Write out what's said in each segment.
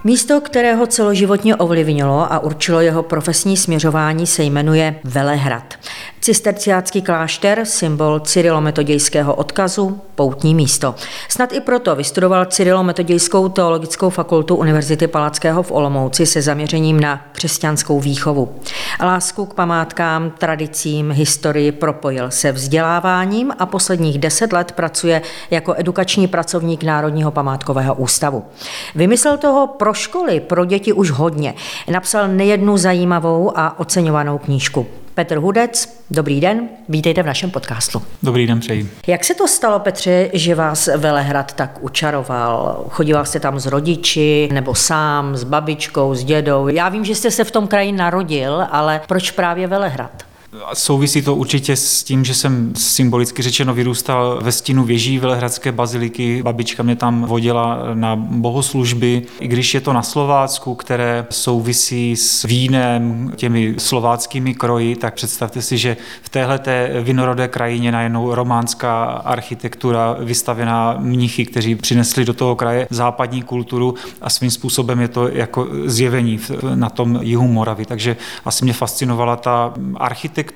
Místo, kterého celoživotně ovlivnilo a určilo jeho profesní směřování, se jmenuje Velehrad. Cisterciácký klášter, symbol cyrilometodějského odkazu, poutní místo. Snad i proto vystudoval Cyrilometodějskou teologickou fakultu Univerzity Palackého v Olomouci se zaměřením na křesťanskou výchovu. Lásku k památkám, tradicím, historii propojil se vzděláváním a posledních 10 let pracuje jako edukační pracovník Národního památkového ústavu. Vymyslel toho pro školy, pro děti už hodně. Napsal nejednu zajímavou a oceňovanou knížku. Petr Hudec, dobrý den, vítejte v našem podcastu. Dobrý den, přeji. Jak se to stalo, Petře, že vás Velehrad tak učaroval? Chodíval jste tam s rodiči, nebo sám, s babičkou, s dědou? Já vím, že jste se v tom kraji narodil, ale proč právě Velehrad? Souvisí to určitě s tím, že jsem symbolicky řečeno vyrůstal ve stínu věží Velehradské baziliky. Babička mě tam vodila na bohoslužby. I když je to na Slovácku, které souvisí s vínem, těmi slováckými kroji, tak představte si, že v téhleté vinorodé krajině najednou románská architektura vystavená mnichy, kteří přinesli do toho kraje západní kulturu a svým způsobem je to jako zjevení na tom jihu Moravy. Takže asi mě fascinovala ta architektura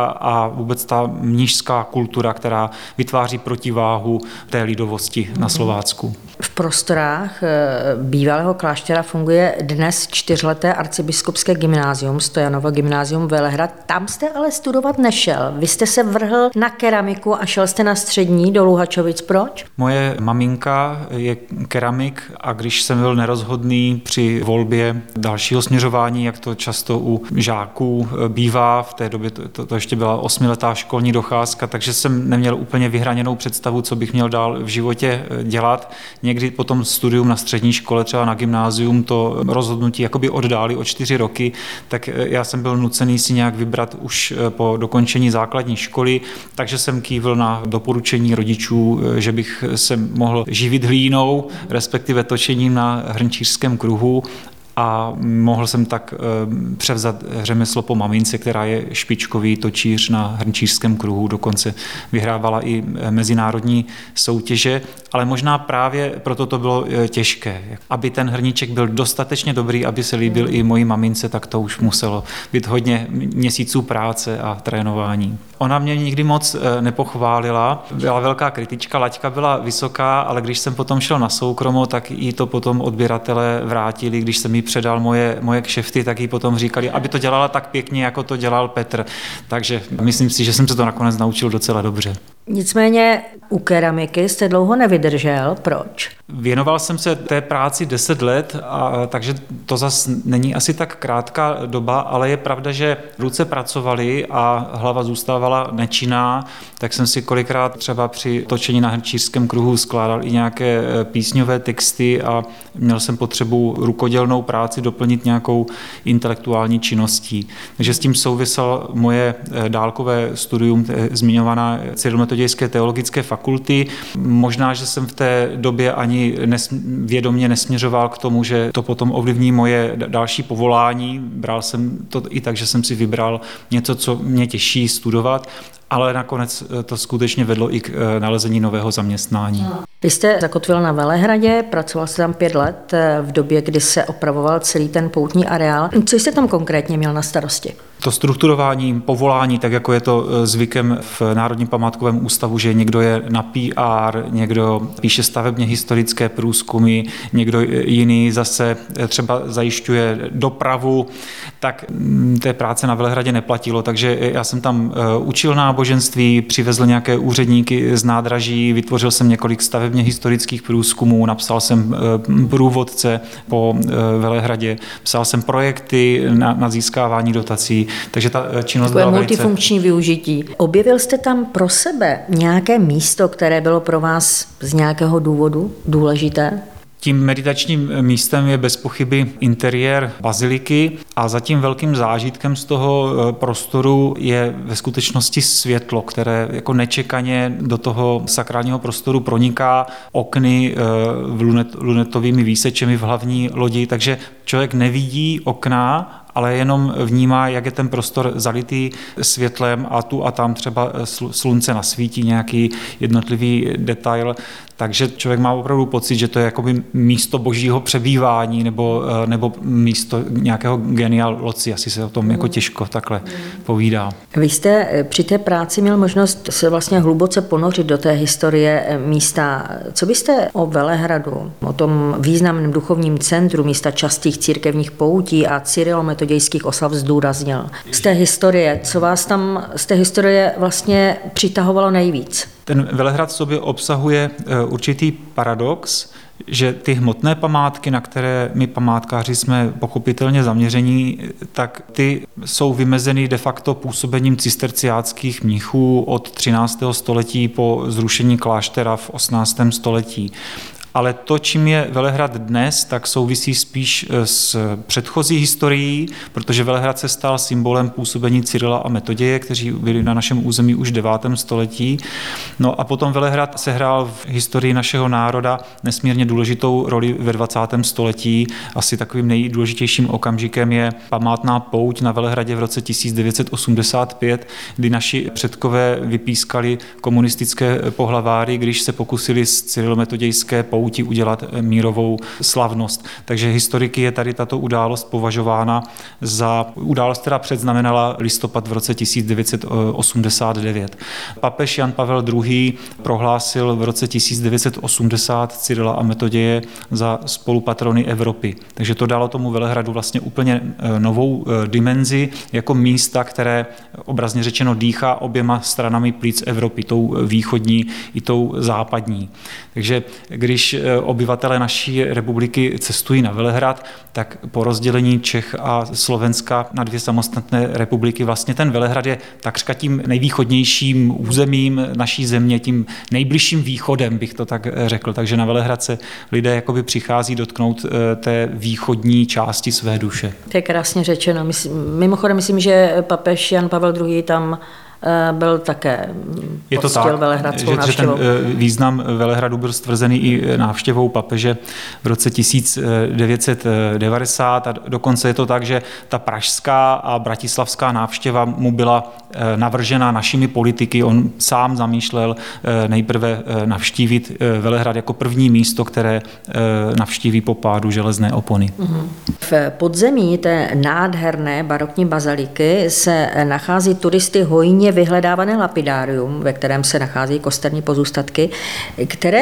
a vůbec ta mnišská kultura, která vytváří protiváhu té lidovosti na Slovácku. V prostorách bývalého kláštera funguje dnes 4leté arcibiskupské gymnázium, Stojanovo gymnázium Velehrad. Tam jste ale studovat nešel. Vy jste se vrhl na keramiku a šel jste na střední do Luhačovic. Proč? Moje maminka je keramik a když jsem byl nerozhodný při volbě dalšího směřování, jak to často u žáků bývá, v té době to ještě byla 8letá školní docházka, takže jsem neměl úplně vyhraněnou představu, co bych měl dál v životě dělat. Někdy potom studium na střední škole, třeba na gymnázium, to rozhodnutí jakoby oddáli o 4 roky, tak já jsem byl nucený si nějak vybrat už po dokončení základní školy, takže jsem kývl na doporučení rodičů, že bych se mohl živit hlínou, respektive točením na hrnčířském kruhu. A mohl jsem tak převzat řemeslo po mamince, která je špičkový točíř na hrnčířském kruhu, dokonce vyhrávala i mezinárodní soutěže, ale možná právě proto to bylo těžké. Aby ten hrníček byl dostatečně dobrý, aby se líbil i mojí mamince, tak to už muselo být hodně měsíců práce a trénování. Ona mě nikdy moc nepochválila, byla velká kritička, laťka byla vysoká, ale když jsem potom šel na soukromo, tak jí to potom odběratelé vrátili, když jsem jí předal moje kšefty, tak jí potom říkali, aby to dělala tak pěkně, jako to dělal Petr. Takže myslím si, že jsem se to nakonec naučil docela dobře. Nicméně u keramiky jste dlouho nevydržel. Proč? Věnoval jsem se té práci 10 let, takže to zas není asi tak krátká doba, ale je pravda, že ruce pracovaly a hlava zůstávala nečinná, tak jsem si kolikrát třeba při točení na hrnčířském kruhu skládal i nějaké písňové texty a měl jsem potřebu rukodělnou práci doplnit nějakou intelektuální činností. Takže s tím souviselo moje dálkové studium, zmiňovaná Cyrilometodějské teologické fakulty. Možná, že jsem v té době ani vědomě nesměřoval k tomu, že to potom ovlivní moje další povolání. Bral jsem to i tak, že jsem si vybral něco, co mě těší studovat, ale nakonec to skutečně vedlo i k nalezení nového zaměstnání. Vy jste zakotvil na Velehradě, pracoval jste tam 5 let v době, kdy se opravoval celý ten poutní areál. Co jste tam konkrétně měl na starosti? To strukturování povolání, tak jako je to zvykem v Národním památkovém ústavu, že někdo je na PR, někdo píše stavebně historické průzkumy, někdo jiný zase třeba zajišťuje dopravu, tak té práce na Velehradě neplatilo, takže já jsem tam učil náboženství, přivezl nějaké úředníky z nádraží, vytvořil jsem několik stavebně historických průzkumů, napsal jsem průvodce po Velehradě, psal jsem projekty na získávání dotací, takže ta činnost byla multifunkční využití. Objevil jste tam pro sebe nějaké místo, které bylo pro vás z nějakého důvodu důležité? Tím meditačním místem je bez pochyby interiér baziliky a zatím velkým zážitkem z toho prostoru je ve skutečnosti světlo, které jako nečekaně do toho sakrálního prostoru proniká okny lunetovými výsečemi v hlavní lodi, takže člověk nevidí okna, ale jenom vnímá, jak je ten prostor zalitý světlem a tu a tam třeba slunce nasvítí nějaký jednotlivý detail. Takže člověk má opravdu pocit, že to je jakoby místo božího přebývání nebo místo nějakého genia loci. Asi se o tom jako těžko takhle povídá. Vy jste při té práci měl možnost se vlastně hluboce ponořit do té historie místa. Co byste o Velehradu, o tom významném duchovním centru místa častých církevních poutí a cyrilometodějských oslav zdůraznil? Z té historie, co vás tam z té historie vlastně přitahovalo nejvíc? Ten Velehrad v sobě obsahuje určitý paradox, že ty hmotné památky, na které my památkáři jsme pochopitelně zaměření, tak ty jsou vymezeny de facto působením cisterciáckých mnichů od 13. století po zrušení kláštera v 18. století. Ale to, čím je Velehrad dnes, tak souvisí spíš s předchozí historií, protože Velehrad se stal symbolem působení Cyrila a Metoděje, kteří byli na našem území už v 9. století. No a potom Velehrad sehrál v historii našeho národa nesmírně důležitou roli ve 20. století. Asi takovým nejdůležitějším okamžikem je památná pouť na Velehradě v roce 1985, kdy naši předkové vypískali komunistické pohlaváry, když se pokusili z cyrilometodějské pouti udělat mírovou slavnost. Takže historiky je tady tato událost považována za událost, která předznamenala listopad v roce 1989. Papež Jan Pavel II. Prohlásil v roce 1980 Cyrila a Metoděje za spolupatrony Evropy. Takže to dalo tomu Velehradu vlastně úplně novou dimenzi jako místa, které obrazně řečeno dýchá oběma stranami plíc Evropy, tou východní i tou západní. Takže když obyvatelé naší republiky cestují na Velehrad, tak po rozdělení Čech a Slovenska na 2 samostatné republiky vlastně ten Velehrad je takřka tím nejvýchodnějším územím naší země, tím nejbližším východem, bych to tak řekl. Takže na Velehrad se lidé jakoby přichází dotknout té východní části své duše. To je krásně řečeno. Mimochodem myslím, že papež Jan Pavel II. Tam byl také poctil velehradskou návštěvou. Že ten význam Velehradu byl stvrzený i návštěvou papeže v roce 1990 a dokonce je to tak, že ta pražská a bratislavská návštěva mu byla navržena našimi politiky. On sám zamýšlel nejprve navštívit Velehrad jako první místo, které navštíví po pádu železné opony. V podzemí té nádherné barokní baziliky se nachází turisty hojně vyhledávané lapidárium, ve kterém se nachází kosterní pozůstatky, které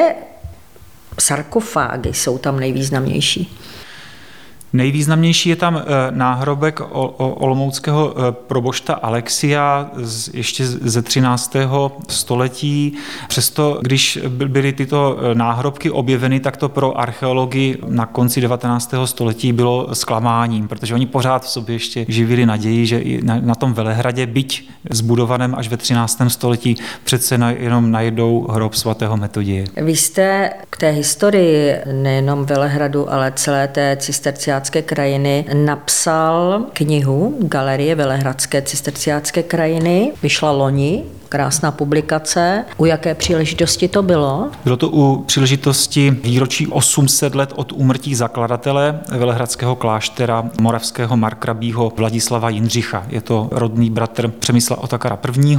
sarkofágy jsou tam nejvýznamnější. Nejvýznamnější je tam náhrobek olomouckého probošta Alexia ještě ze 13. století. Přesto, když byly tyto náhrobky objeveny, tak to pro archeologii na konci 19. století bylo zklamáním, protože oni pořád v sobě ještě živili naději, že i na tom Velehradě, byť zbudovaném až ve 13. století, přece jenom najdou hrob svatého Metoděje. Vy jste k té historii nejenom Velehradu, ale celé té cisterciácké krajiny napsal knihu Galerie velehradské cisterciácké krajiny. Vyšla loni, krásná publikace. U jaké příležitosti to bylo? Bylo to u příležitosti výročí 800 let od úmrtí zakladatele velehradského kláštera moravského markrabího Vladislava Jindřicha. Je to rodný bratr Přemysla Otakara I.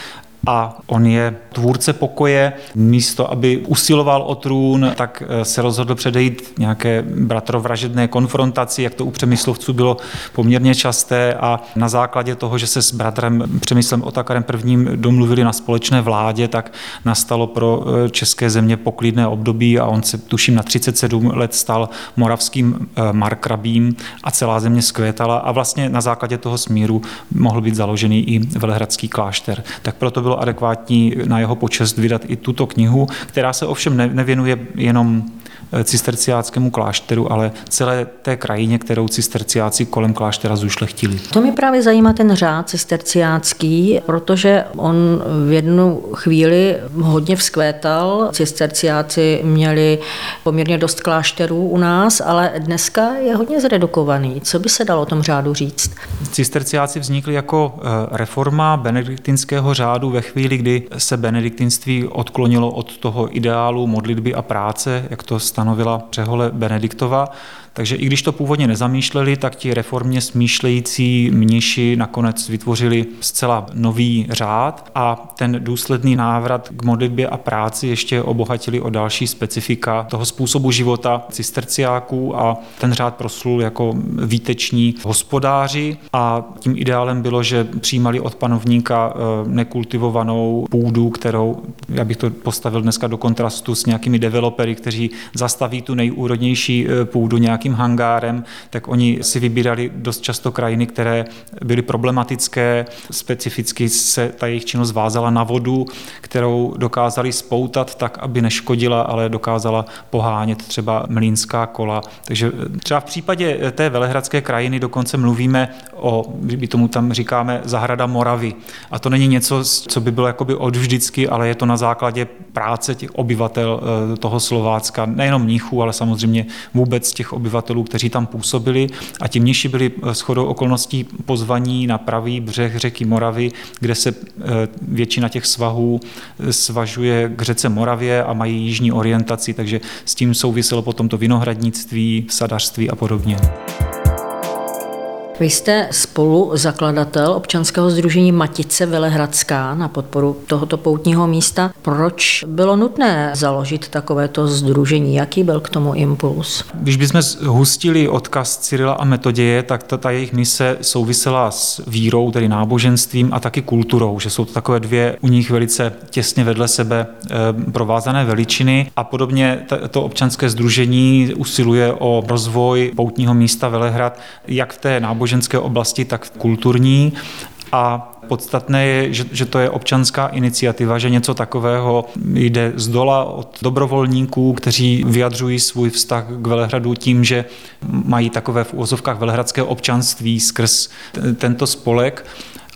A on je tvůrce pokoje. Místo, aby usiloval o trůn, tak se rozhodl předejít nějaké bratrovražedné konfrontaci, jak to u Přemyslovců bylo poměrně časté, a na základě toho, že se s bratrem Přemyslem Otakarem I. domluvili na společné vládě, tak nastalo pro české země poklidné období a on se tuším na 37 let stal moravským markrabím a celá země zkvétala a vlastně na základě toho smíru mohl být založený i velehradský klášter. Tak proto bylo adekvátní na jeho počest vydat i tuto knihu, která se ovšem nevěnuje jenom cisterciáckému klášteru, ale celé té krajině, kterou cisterciáci kolem kláštera zušlechtili. To mě právě zajímá ten řád cisterciácký, protože on v jednu chvíli hodně vzkvétal. Cisterciáci měli poměrně dost klášterů u nás, ale dneska je hodně zredukovaný. Co by se dalo o tom řádu říct? Cisterciáci vznikli jako reforma benediktinského řádu ve chvíli, kdy se benediktinství odklonilo od toho ideálu modlitby a práce, jak to stanovila řehole Benediktova. Takže i když to původně nezamýšleli, tak ti reformně smýšlející mniši nakonec vytvořili zcela nový řád a ten důsledný návrat k modlitbě a práci ještě obohatili o další specifika toho způsobu života cisterciáků a ten řád proslul jako výteční hospodáři a tím ideálem bylo, že přijímali od panovníka nekultivovanou půdu, kterou, já bych to postavil dneska do kontrastu s nějakými developery, kteří zastaví tu nejúrodnější půdu nějakým hangárem, tak oni si vybírali dost často krajiny, které byly problematické, specificky se ta jejich činnost vázala na vodu, kterou dokázali spoutat tak, aby neškodila, ale dokázala pohánět třeba mlýnská kola. Takže třeba v případě té velehradské krajiny dokonce mluvíme o, my tomu tam říkáme, zahrada Moravy. A to není něco, co by bylo jakoby od vždycky, ale je to na základě práce těch obyvatel toho Slovácka, nejenom mnichů, ale samozřejmě vůbec těch obyvatelů, kteří tam působili. A ti mniši byli shodou okolností pozvaní na pravý břeh řeky Moravy, kde se většina těch svahů svažuje k řece Moravě a mají jižní orientaci, takže s tím souviselo potom to vinohradnictví, sadařství a podobně. Vy jste spoluzakladatel občanského sdružení Matice Velehradská na podporu tohoto poutního místa. Proč bylo nutné založit takovéto sdružení? Jaký byl k tomu impuls? Když bychom hustili odkaz Cyrila a Metoděje, tak ta jejich mise souvisela s vírou, tedy náboženstvím a taky kulturou, že jsou to takové dvě u nich velice těsně vedle sebe provázané veličiny a podobně to občanské sdružení usiluje o rozvoj poutního místa Velehrad jak v té náboženské oblasti, tak v kulturní. A podstatné je, že to je občanská iniciativa, že něco takového jde zdola od dobrovolníků, kteří vyjadřují svůj vztah k Velehradu tím, že mají takové v uvozovkách velehradské občanství skrz tento spolek.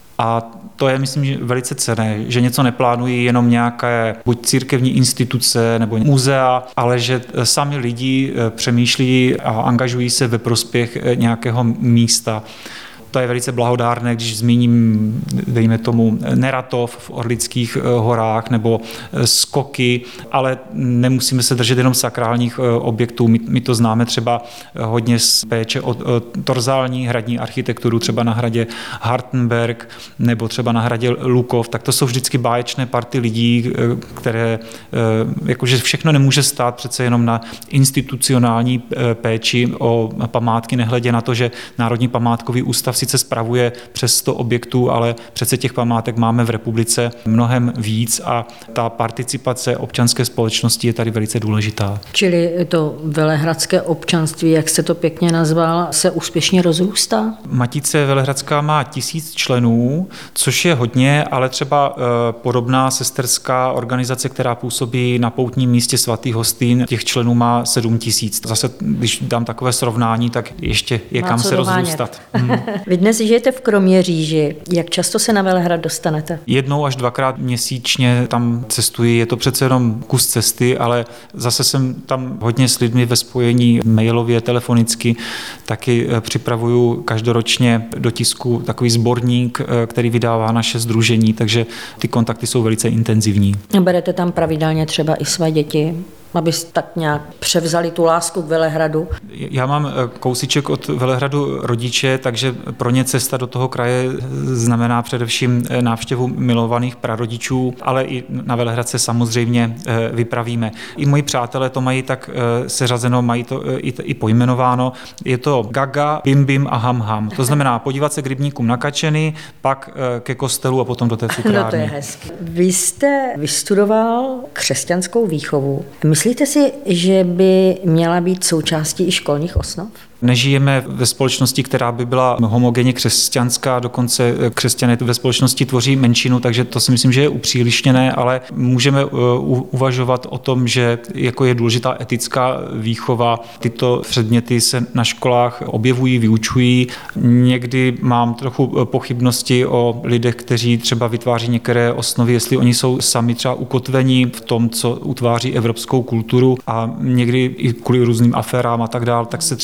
A to je, myslím, velice cenné, že něco neplánují jenom nějaké buď církevní instituce nebo muzea, ale že sami lidi přemýšlí a angažují se ve prospěch nějakého místa. To je velice blahodárné, když zmíním, dejme tomu, Neratov v Orlických horách nebo skoky, ale nemusíme se držet jenom sakrálních objektů. My to známe třeba hodně z péče o torzální hradní architekturu, třeba na hradě Hartenberg nebo třeba na hradě Lukov, tak to jsou vždycky báječné party lidí, které, jakože všechno nemůže stát přece jenom na institucionální péči o památky, nehledě na to, že Národní památkový ústav sice spravuje přes 100 objektů, ale přece těch památek máme v republice mnohem víc a ta participace občanské společnosti je tady velice důležitá. Čili to velehradské občanství, jak jste to pěkně nazval, se úspěšně rozrůstá? Matice Velehradská má 1000 členů, což je hodně, ale třeba podobná sesterská organizace, která působí na poutním místě Svatý Hostýn, těch členů má 7000. Zase, když dám takové srovnání, tak ještě je kam se rozrůstat. Vy dnes žijete v Kroměříži. Jak často se na Velehrad dostanete? 1 až 2krát měsíčně tam cestuji. Je to přece jenom kus cesty, ale zase jsem tam hodně s lidmi ve spojení mailově, telefonicky. Taky připravuju každoročně do tisku takový sborník, který vydává naše sdružení, takže ty kontakty jsou velice intenzivní. Berete tam pravidelně třeba i své děti, aby tak nějak převzali tu lásku k Velehradu? Já mám kousíček od Velehradu rodiče, takže pro ně cesta do toho kraje znamená především návštěvu milovaných prarodičů, ale i na Velehrad se samozřejmě vypravíme. I moji přátelé to mají tak seřazeno, mají to i pojmenováno. Je to Gaga, Bim Bim a Ham Ham. To znamená podívat se k rybníkům na Kačeny, pak ke kostelu a potom do té cukrárny. No to je hezky. Vy jste vystudoval křesťanskou výchovu. Myslíte si, že by měla být součástí i školních osnov? Nežijeme ve společnosti, která by byla homogenně křesťanská, dokonce křesťané ve společnosti tvoří menšinu, takže to si myslím, že je upřílišněné, ale můžeme uvažovat o tom, že jako je důležitá etická výchova. Tyto předměty se na školách objevují, vyučují. Někdy mám trochu pochybnosti o lidech, kteří třeba vytváří některé osnovy, jestli oni jsou sami třeba ukotveni v tom, co utváří evropskou kulturu a někdy i kvůli různým aférám a tak dál, tak se třeba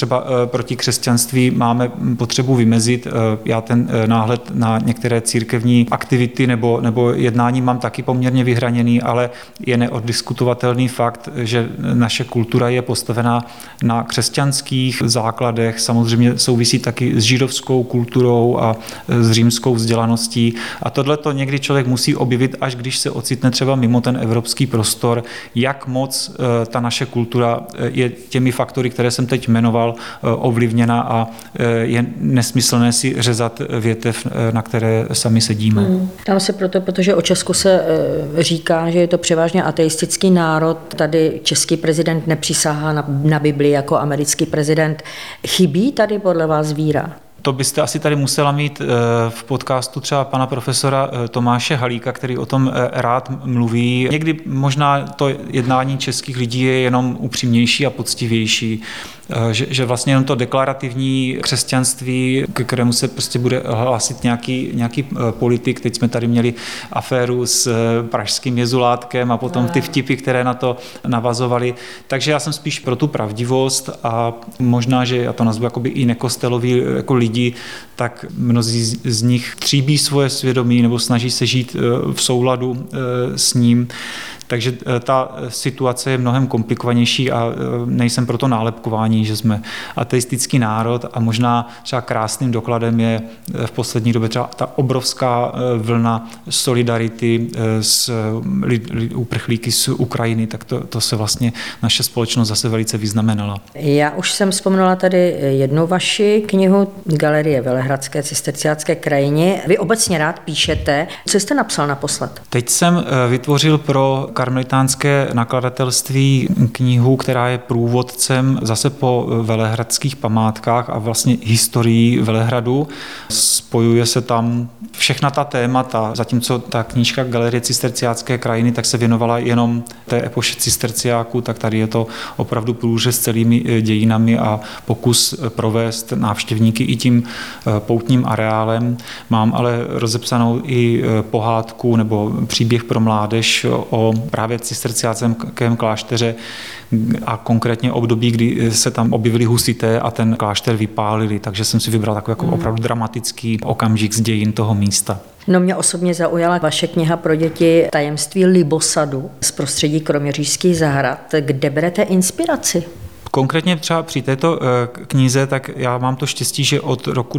proti křesťanství máme potřebu vymezit. Já ten náhled na některé církevní aktivity nebo jednání mám taky poměrně vyhraněný, ale je neoddiskutovatelný fakt, že naše kultura je postavená na křesťanských základech, samozřejmě souvisí taky s židovskou kulturou a s římskou vzdělaností. A tohle to někdy člověk musí objevit, až když se ocitne třeba mimo ten evropský prostor, jak moc ta naše kultura je těmi faktory, které jsem teď jmenoval, ovlivněna a je nesmyslné si řezat větev, na které sami sedíme. Tam se proto, protože o Česku se říká, že je to převážně ateistický národ. Tady český prezident nepřisáhá na Bibli jako americký prezident. Chybí tady podle vás víra? To byste asi tady musela mít v podcastu třeba pana profesora Tomáše Halíka, který o tom rád mluví. Někdy možná to jednání českých lidí je jenom upřímnější a poctivější, že vlastně jenom to deklarativní křesťanství, ke kterému se prostě bude hlásit nějaký politik. Teď jsme tady měli aféru s pražským jezulátkem a potom ty vtipy, které na to navazovaly. Takže já jsem spíš pro tu pravdivost a možná, že já to nazvu jakoby i nekosteloví jako lidi, tak mnozí z nich tříbí svoje svědomí nebo snaží se žít v souladu s ním. Takže ta situace je mnohem komplikovanější a nejsem proto nálepkování, že jsme ateistický národ a možná třeba krásným dokladem je v poslední době třeba ta obrovská vlna solidarity s uprchlíky z Ukrajiny, tak to se vlastně naše společnost zase velice vyznamenala. Já už jsem vzpomněla tady jednu vaši knihu Galerie Velehradské cisterciácké krajiny. Vy obecně rád píšete. Co jste napsal naposled? Teď jsem vytvořil pro karmelitánské nakladatelství knihu, která je průvodcem zase po velehradských památkách a vlastně historii Velehradu. Spojuje se tam všechna ta témata, zatímco ta knížka Galerie cisterciácké krajiny tak se věnovala jenom té epoše cisterciáků, tak tady je to opravdu průřez celými dějinami a pokus provést návštěvníky i tím poutním areálem. Mám ale rozepsanou i pohádku nebo příběh pro mládež o právě cisterciáckém klášteře a konkrétně období, kdy se tam objevili husité a ten klášter vypálili, takže jsem si vybral takový jako opravdu dramatický okamžik z dějin toho místa. No, mě osobně zaujala vaše kniha pro děti Tajemství libosadu z prostředí kroměřížských zahrad. Kde berete inspiraci? Konkrétně třeba při této knize, tak já mám to štěstí, že od roku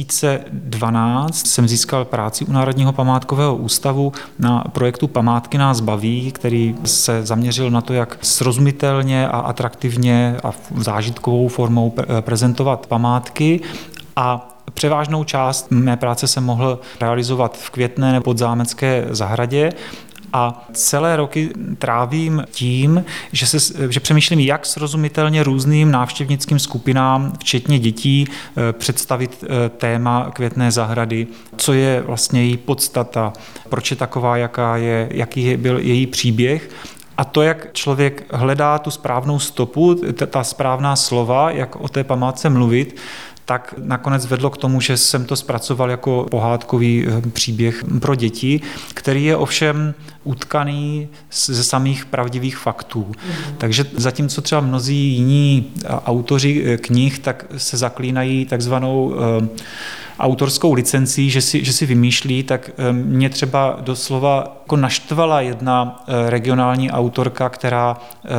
2012 jsem získal práci u Národního památkového ústavu na projektu Památky nás baví, který se zaměřil na to, jak srozumitelně a atraktivně a zážitkovou formou prezentovat památky a převážnou část mé práce jsem mohl realizovat v Květné nebo Podzámecké zahradě. A celé roky trávím tím, že přemýšlím, jak srozumitelně různým návštěvnickým skupinám, včetně dětí, představit téma Květné zahrady, co je vlastně její podstata, proč je taková, jaký byl její příběh. A to, jak člověk hledá tu správnou stopu, ta správná slova, jak o té památce mluvit, tak nakonec vedlo k tomu, že jsem to zpracoval jako pohádkový příběh pro děti, který je ovšem utkaný ze samých pravdivých faktů. Takže zatímco třeba mnozí jiní autoři knih tak se zaklínají takzvanou autorskou licencí, že si vymýšlí, tak mě třeba doslova jako naštvala jedna regionální autorka, která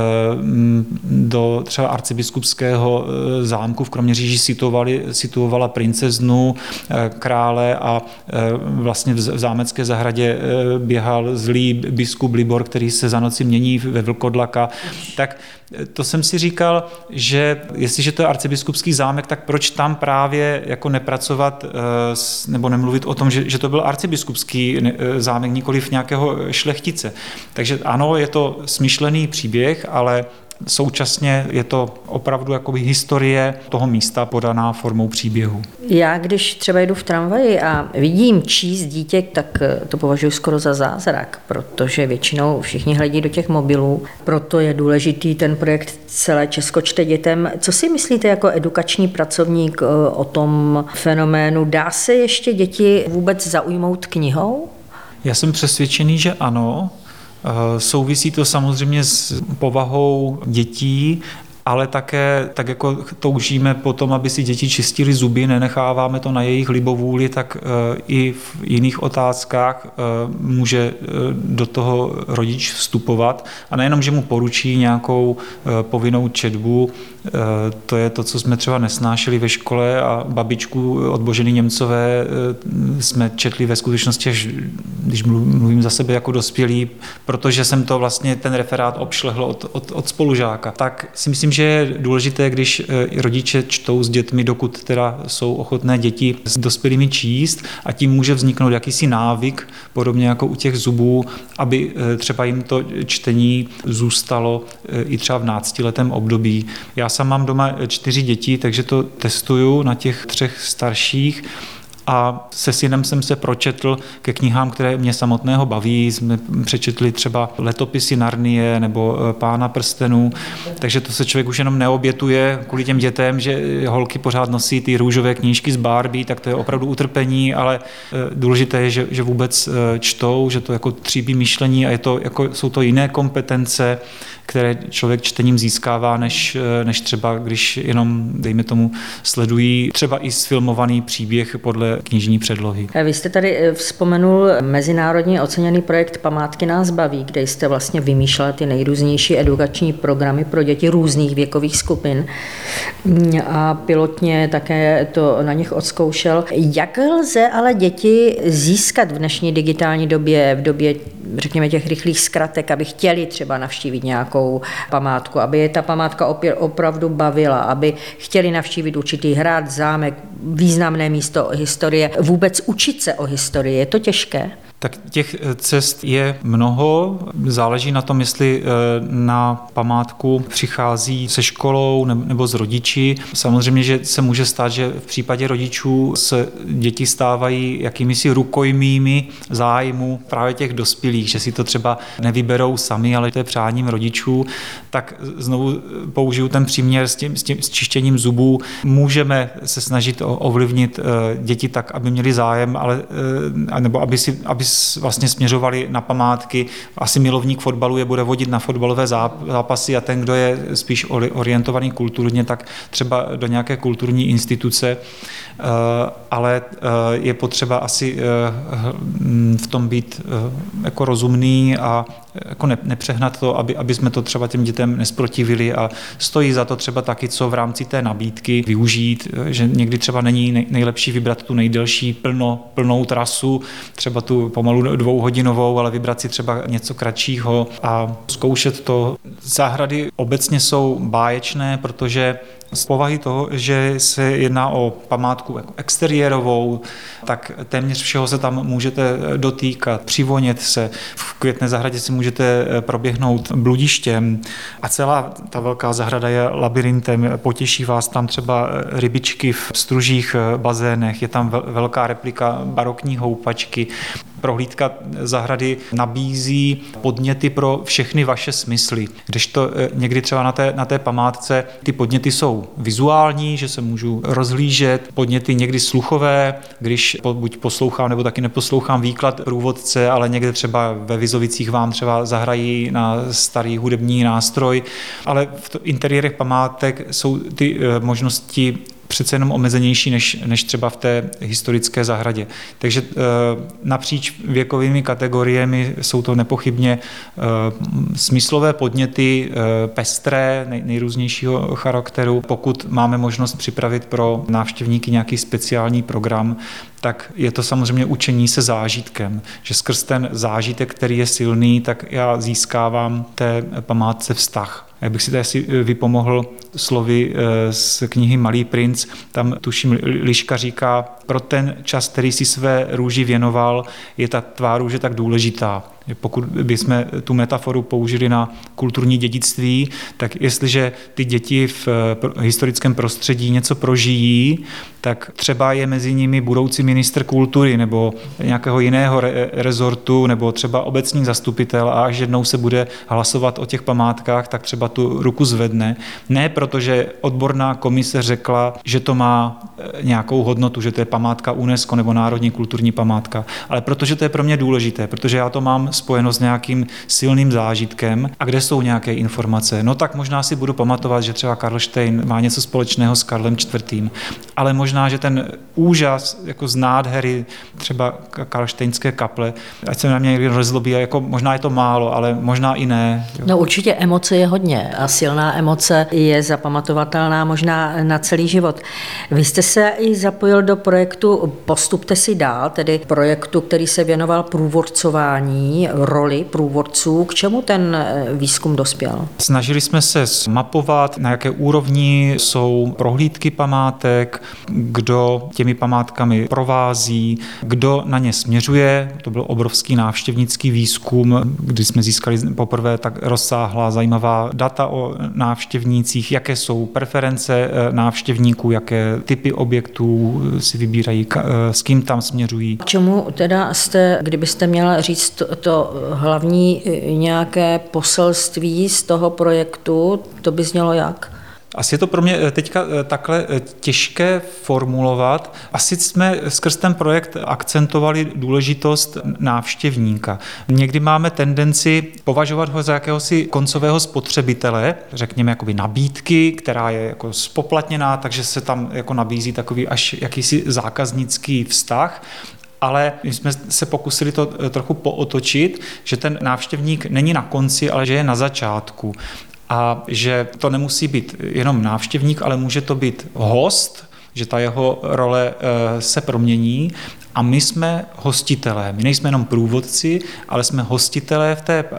do třeba arcibiskupského zámku v Kroměříži situovala princeznu, krále a vlastně v zámecké zahradě běhal zlý biskup Libor, který se za noci mění ve vlkodlaka. Tak to jsem si říkal, že jestliže to je arcibiskupský zámek, tak proč tam právě jako nepracovat nebo nemluvit o tom, že to byl arcibiskupský zámek, nikoliv nějakého šlechtice. Takže ano, je to smyšlený příběh, ale současně je to opravdu jakoby historie toho místa podaná formou příběhu. Já, když třeba jdu v tramvaji a vidím číst dítě, tak to považuji skoro za zázrak, protože většinou všichni hledí do těch mobilů. Proto je důležitý ten projekt Celé Česko čte dětem. Co si myslíte jako edukační pracovník o tom fenoménu? Dá se ještě děti vůbec zaujmout knihou? Já jsem přesvědčený, že ano. Souvisí to samozřejmě s povahou dětí ale také tak jako toužíme potom, aby si děti čistili zuby, nenecháváme to na jejich libovůli, tak i v jiných otázkách může do toho rodič vstupovat a nejenom, že mu poručí nějakou povinnou četbu, to je to, co jsme třeba nesnášeli ve škole a babičku od Boženy Němcové jsme četli ve skutečnosti, až když mluvím za sebe jako dospělý, protože jsem to vlastně ten referát obšlehl od spolužáka. Tak si myslím, že je důležité, když rodiče čtou s dětmi, dokud teda jsou ochotné děti s dospělými číst a tím může vzniknout jakýsi návyk, podobně jako u těch zubů, aby třeba jim to čtení zůstalo i třeba v 12letém období. Já sám mám doma 4 děti, takže to testuju na těch 3 starších. A se synem jsem se pročetl ke knihám, které mě samotného baví. Jsme přečetli třeba Letopisy Narnie nebo Pána prstenů, takže to se člověk už jenom neobětuje kvůli těm dětem, že holky pořád nosí ty růžové knížky z Barbie, tak to je opravdu utrpení, ale důležité je, že vůbec čtou, že to jako tříbí myšlení a jsou to jiné kompetence, které člověk čtením získává, než třeba, když jenom, dejme tomu, sledují třeba i sfilmovaný příběh podle knižní předlohy. Vy jste tady vzpomenul mezinárodně oceněný projekt Památky nás baví, kde jste vlastně vymýšlel ty nejrůznější edukační programy pro děti různých věkových skupin a pilotně také to na nich odzkoušel. Jak lze ale děti získat v dnešní digitální době, v době, řekněme, těch rychlých zkratek, aby chtěli třeba navštívit nějakou památku, aby je ta památka opravdu bavila, aby chtěli navštívit určitý hrad, zámek, významné místo historie, vůbec učit se o historii. Je to těžké? Tak těch cest je mnoho, záleží na tom, jestli na památku přichází se školou nebo s rodiči. Samozřejmě, že se může stát, že v případě rodičů se děti stávají jakýmisi rukojmími zájmu právě těch dospělých, že si to třeba nevyberou sami, ale to je přáním rodičů. Tak znovu použiju ten příměr s čištěním zubů. Můžeme se snažit ovlivnit děti tak, aby měli zájem, nebo aby vlastně směřovali na památky. Asi milovník fotbalu je bude vodit na fotbalové zápasy a ten, kdo je spíš orientovaný kulturně, tak třeba do nějaké kulturní instituce, ale je potřeba asi v tom být jako rozumný a jako nepřehnat to, aby jsme to třeba těm dětem nesprotivili a stojí za to třeba taky, co v rámci té nabídky využít, že někdy třeba není nejlepší vybrat tu nejdelší plnou trasu, třeba tu pomalu 2hodinovou, ale vybrat si třeba něco kratšího a zkoušet to. Zahrady obecně jsou báječné, protože z povahy toho, že se jedná o památku jako exteriérovou, tak téměř všeho se tam můžete dotýkat, přivonět se. V Květné zahradě si můžete proběhnout bludištěm a celá ta velká zahrada je labyrintem. Potěší vás tam třeba rybičky v stružích bazénech, je tam velká replika barokní houpačky. Prohlídka zahrady nabízí podněty pro všechny vaše smysly. Kdežto někdy třeba na té památce ty podněty jsou vizuální, že se můžu rozhlížet, podněty někdy sluchové, když buď poslouchám nebo taky neposlouchám výklad průvodce, ale někde třeba ve Vizovicích vám třeba zahrají na starý hudební nástroj, ale v interiérech památek jsou ty možnosti přece jenom omezenější než třeba v té historické zahradě. Takže napříč věkovými kategoriemi jsou to nepochybně smyslové podněty, pestré, nejrůznějšího charakteru. Pokud máme možnost připravit pro návštěvníky nějaký speciální program, tak je to samozřejmě učení se zážitkem, že skrz ten zážitek, který je silný, tak já získávám té památce vztah. Jak bych si tady asi vypomohl slovy z knihy Malý princ, tam tuším Liška říká, pro ten čas, který si své růži věnoval, je ta tvá růže tak důležitá. Pokud bychom tu metaforu použili na kulturní dědictví, tak jestliže ty děti v historickém prostředí něco prožijí, tak třeba je mezi nimi budoucí ministr kultury nebo nějakého jiného rezortu nebo třeba obecní zastupitel a až jednou se bude hlasovat o těch památkách, tak třeba tu ruku zvedne. Ne protože odborná komise řekla, že to má nějakou hodnotu, že to je památka UNESCO nebo národní kulturní památka, ale protože to je pro mě důležité, protože já to mám spojeno s nějakým silným zážitkem a kde jsou nějaké informace. No tak možná si budu pamatovat, že třeba Karlštejn má něco společného s Karlem IV. Ale možná, že ten úžas jako z nádhery třeba karlštejnské kaple, ať se na mě někdy rozlobí, jako možná je to málo, ale možná i ne. Jo. No určitě emoce je hodně a silná emoce je zapamatovatelná možná na celý život. Vy jste se i zapojil do projektu Postupte si dál, tedy projektu, který se věnoval průvodcování, roli průvodců. K čemu ten výzkum dospěl? Snažili jsme se mapovat, na jaké úrovni jsou prohlídky památek, kdo těmi památkami provází, kdo na ně směřuje. To byl obrovský návštěvnický výzkum, kdy jsme získali poprvé tak rozsáhlá zajímavá data o návštěvnících, jaké jsou preference návštěvníků, jaké typy objektů si vybírají, s kým tam směřují. K čemu teda jste, kdybyste měla říct to hlavní nějaké poselství z toho projektu, to by znělo jak? Asi je to pro mě teďka takhle těžké formulovat. Asi jsme skrz ten projekt akcentovali důležitost návštěvníka. Někdy máme tendenci považovat ho za jakéhosi koncového spotřebitele, řekněme jakoby nabídky, která je jako spoplatněná, takže se tam jako nabízí takový až jakýsi zákaznický vztah. Ale my jsme se pokusili to trochu pootočit, že ten návštěvník není na konci, ale že je na začátku. A že to nemusí být jenom návštěvník, ale může to být host, že ta jeho role se promění a my jsme hostitelé. My nejsme jenom průvodci, ale jsme hostitelé v té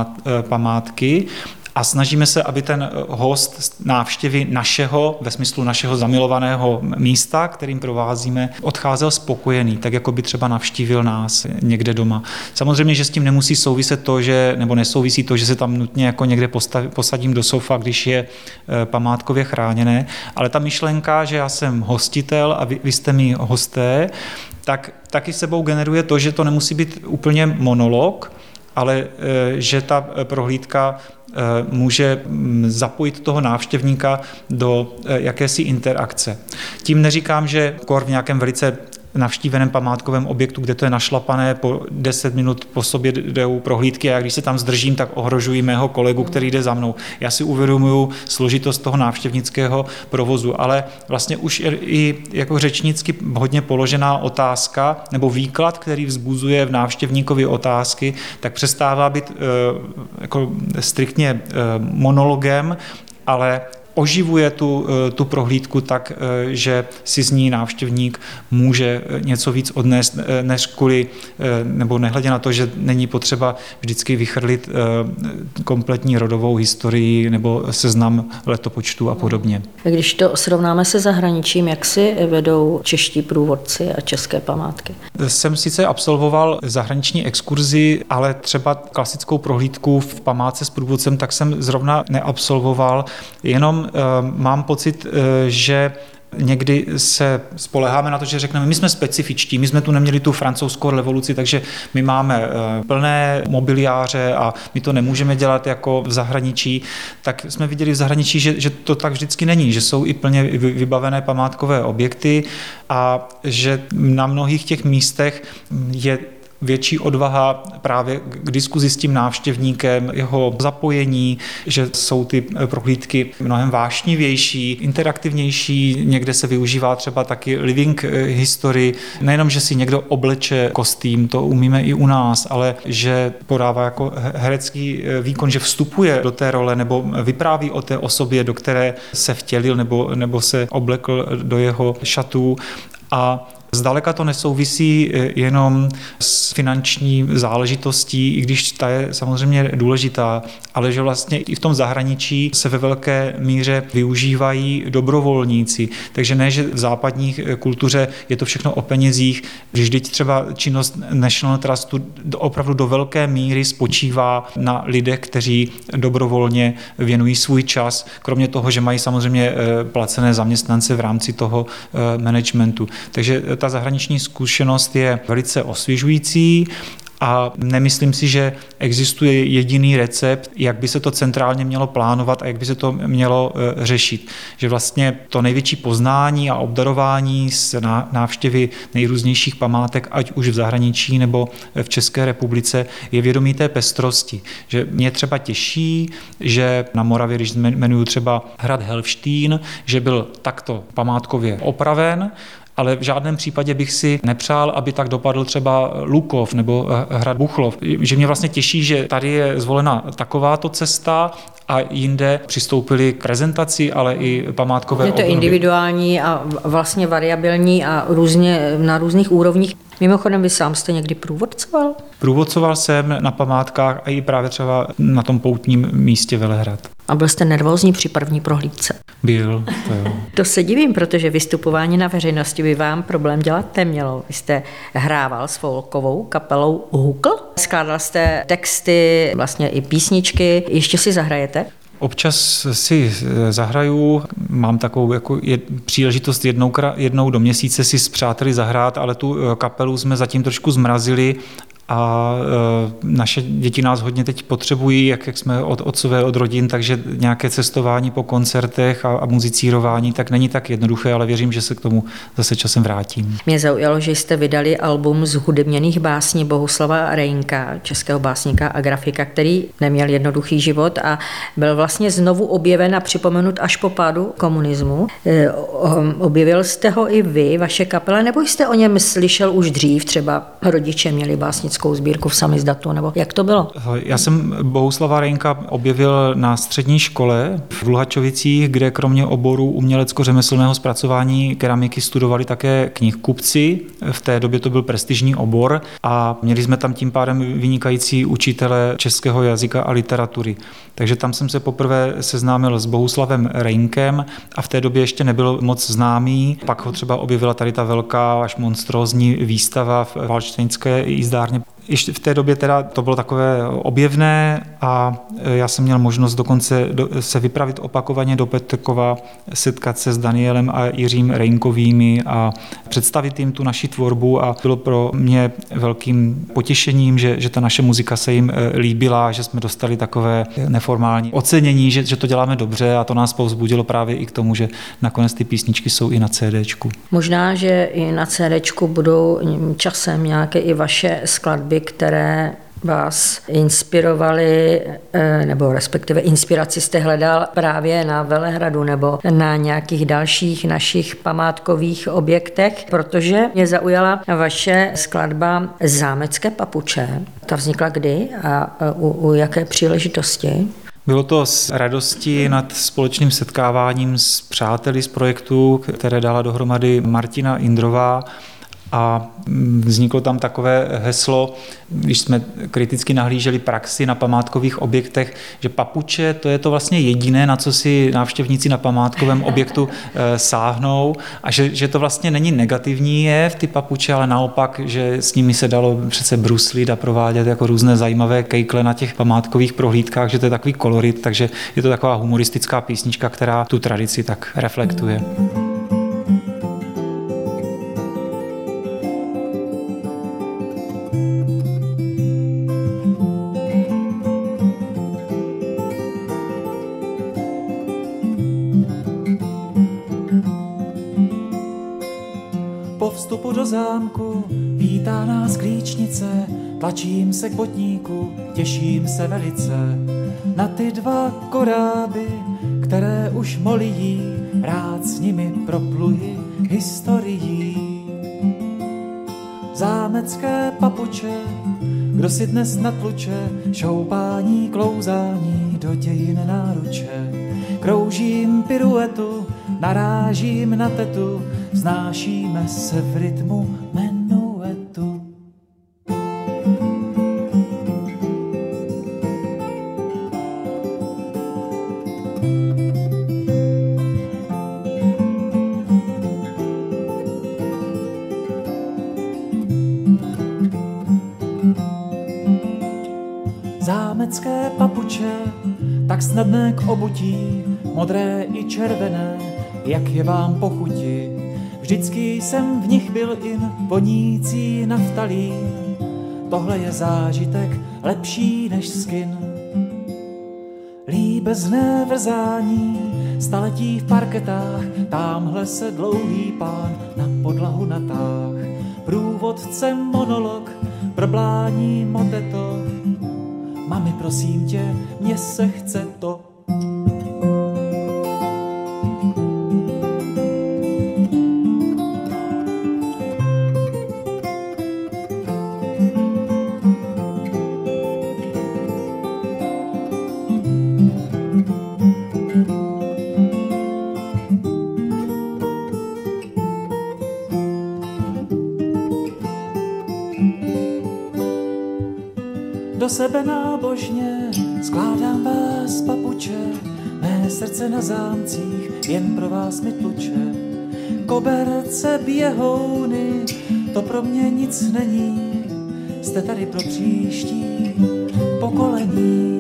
památky a snažíme se, aby ten host návštěvy našeho, ve smyslu našeho zamilovaného místa, kterým provázíme, odcházel spokojený, tak jako by třeba navštívil nás někde doma. Samozřejmě, že s tím nemusí souviset to, nebo nesouvisí to, že se tam nutně jako někde posadím do sofa, když je památkově chráněné, ale ta myšlenka, že já jsem hostitel a vy jste mí hosté, tak taky sebou generuje to, že to nemusí být úplně monolog, ale že ta prohlídka může zapojit toho návštěvníka do jakési interakce. Tím neříkám, že kor v nějakém velice navštíveném památkovém objektu, kde to je našlapané, po 10 minut po sobě jdou prohlídky a já když se tam zdržím, tak ohrožuji mého kolegu, který jde za mnou. Já si uvědomuju složitost toho návštěvnického provozu, ale vlastně už i jako řečnicky hodně položená otázka nebo výklad, který vzbuzuje v návštěvníkovi otázky, tak přestává být jako striktně monologem, ale oživuje tu prohlídku tak, že si z ní návštěvník může něco víc odnést, než kvůli, nebo nehledě na to, že není potřeba vždycky vychrlit kompletní rodovou historii nebo seznam letopočtu a podobně. Když to srovnáme se zahraničím, jak si vedou čeští průvodci a české památky? Jsem sice absolvoval zahraniční exkurzi, ale třeba klasickou prohlídku v památce s průvodcem, tak jsem zrovna neabsolvoval, jenom mám pocit, že někdy se spoléháme na to, že řekneme, my jsme specifičtí, my jsme tu neměli tu francouzskou revoluci, takže my máme plné mobiliáře a my to nemůžeme dělat jako v zahraničí. Tak jsme viděli v zahraničí, že to tak vždycky není, že jsou i plně vybavené památkové objekty a že na mnohých těch místech je větší odvaha právě k diskuzi s tím návštěvníkem, jeho zapojení, že jsou ty prohlídky mnohem vášnivější, interaktivnější, někde se využívá třeba taky living history, nejenom, že si někdo obleče kostým, to umíme i u nás, ale že podává jako herecký výkon, že vstupuje do té role nebo vypráví o té osobě, do které se vtělil nebo se oblekl do jeho šatů a zdaleka to nesouvisí jenom s finanční záležitostí, i když ta je samozřejmě důležitá, ale že vlastně i v tom zahraničí se ve velké míře využívají dobrovolníci. Takže ne, že v západní kultuře je to všechno o penězích, když teď třeba činnost National Trustu opravdu do velké míry spočívá na lidech, kteří dobrovolně věnují svůj čas, kromě toho, že mají samozřejmě placené zaměstnance v rámci toho managementu. Takže ta zahraniční zkušenost je velice osvěžující a nemyslím si, že existuje jediný recept, jak by se to centrálně mělo plánovat a jak by se to mělo řešit. Že vlastně to největší poznání a obdarování z návštěvy nejrůznějších památek, ať už v zahraničí nebo v České republice, je vědomí té pestrosti. Že mě třeba těší, že na Moravě, když jmenuju třeba hrad Helštín, že byl takto památkově opraven, ale v žádném případě bych si nepřál, aby tak dopadl třeba Lukov nebo hrad Buchlov. Že mě vlastně těší, že tady je zvolena takováto cesta a jinde přistoupili k prezentaci, ale i památkové obnovy. Je to individuální a vlastně variabilní a na různých úrovních. Mimochodem, vy sám jste někdy průvodcoval? Průvodcoval jsem na památkách a i právě třeba na tom poutním místě Velehrad. A byl jste nervózní při první prohlídce? Byl, to jo. To se divím, protože vystupování na veřejnosti by vám problém dělat nemělo. Vy jste hrával s folkovou kapelou Hukl, skládal jste texty, vlastně i písničky. Ještě si zahrajete? Občas si zahraju, mám takovou jako příležitost jednou do měsíce si s přáteli zahrát, ale tu kapelu jsme zatím trošku zmrazili a naše děti nás hodně teď potřebují, jak jsme otcové od rodin, takže nějaké cestování po koncertech a muzicírování tak není tak jednoduché, ale věřím, že se k tomu zase časem vrátím. Mě zaujalo, že jste vydali album z hudebněných básní Bohuslava Reynka, českého básníka a grafika, který neměl jednoduchý život a byl vlastně znovu objeven a připomenut až po pádu komunismu. Objevil jste ho i vy, vaše kapela, nebo jste o něm slyšel už dřív, třeba rodiče měli básnickou sbírku v samizdatu, nebo jak to bylo? Já jsem Bohuslava Reynka objevil na střední škole v Luhačovicích, kde kromě oboru umělecko-řemeslného zpracování keramiky studovali také knihkupci. V té době to byl prestižní obor a měli jsme tam tím pádem vynikající učitele českého jazyka a literatury. Takže tam jsem se poprvé seznámil s Bohuslavem Reynkem a v té době ještě nebyl moc známý. Pak ho třeba objevila tady ta velká až monstrózní výstava v Valdštejnské jízdárně. Ještě v té době teda to bylo takové objevné a já jsem měl možnost dokonce se vypravit opakovaně do Petrkova, setkat se s Danielem a Jiřím Reynkovými a představit jim tu naši tvorbu a bylo pro mě velkým potěšením, že ta naše muzika se jim líbila, že jsme dostali takové neformální ocenění, že to děláme dobře a to nás povzbudilo právě i k tomu, že nakonec ty písničky jsou i na CDčku. Možná, že i na CDčku budou časem nějaké i vaše skladby, které vás inspirovaly, nebo respektive inspiraci jste hledal právě na Velehradu nebo na nějakých dalších našich památkových objektech, protože mě zaujala vaše skladba Zámecké papuče. Ta vznikla kdy a u jaké příležitosti? Bylo to z radosti nad společným setkáváním s přáteli z projektu, které dala dohromady Martina Indrová. A vzniklo tam takové heslo, když jsme kriticky nahlíželi praxi na památkových objektech, že papuče to je to vlastně jediné, na co si návštěvníci na památkovém objektu sáhnou a že to vlastně není negativní jev ty papuče, ale naopak, že s nimi se dalo přece bruslit a provádět jako různé zajímavé kejkle na těch památkových prohlídkách, že to je takový kolorit, takže je to taková humoristická písnička, která tu tradici tak reflektuje. Po vstupu do zámku vítá nás klíčnice, tlačím se k botníku, těším se velice na ty dva koráby, které už molijí, rád s nimi propluji historií. Zámecké papuče, kdo si dnes natluče, šoupání, klouzání do dějin náruče. Kroužím piruetu, narážím na tetu, vznášíme se v rytmu menuetu. Zámecké papuče, tak snadné k obutí, modré i červené, jak je vám pochutí. Vždycky jsem v nich byl in, vonící naftalín, tohle je zážitek lepší než skin. Líbezné vrzání staletí v parketách, támhle se dlouhý pán na podlahu natáh. Průvodce monolog, problání moteto, mami prosím tě, mně se chce to. Do sebe nábožně skládám vás, papuče, mé srdce na zámcích jen pro vás mi tluče. Koberce, běhouny, to pro mě nic není, jste tady pro příští pokolení.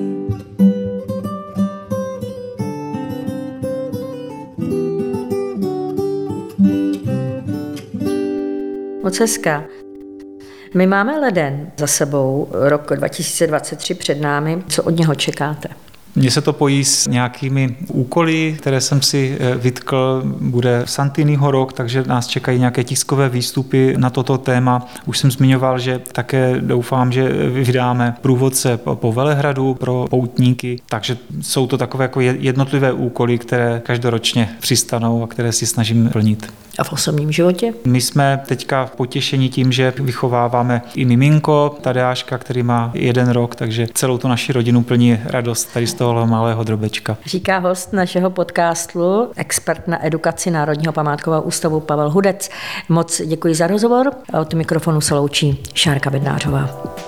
Moc hezká. My máme leden za sebou, rok 2023 před námi. Co od něho čekáte? Mně se to pojí s nějakými úkoly, které jsem si vytkl. Bude Santiniho rok, takže nás čekají nějaké tiskové výstupy na toto téma. Už jsem zmiňoval, že také doufám, že vydáme průvodce po Velehradu pro poutníky, takže jsou to takové jako jednotlivé úkoly, které každoročně přistanou a které si snažím plnit. A v osobním životě? My jsme teďka potěšeni tím, že vychováváme i miminko, Tadeáška, který má 1 rok, takže celou tu naši rodinu plní radost tady z tohohle malého drobečka. Říká host našeho podcastu, expert na edukaci Národního památkového ústavu Pavel Hudec. Moc děkuji za rozhovor a od mikrofonu se loučí Šárka Bednářová.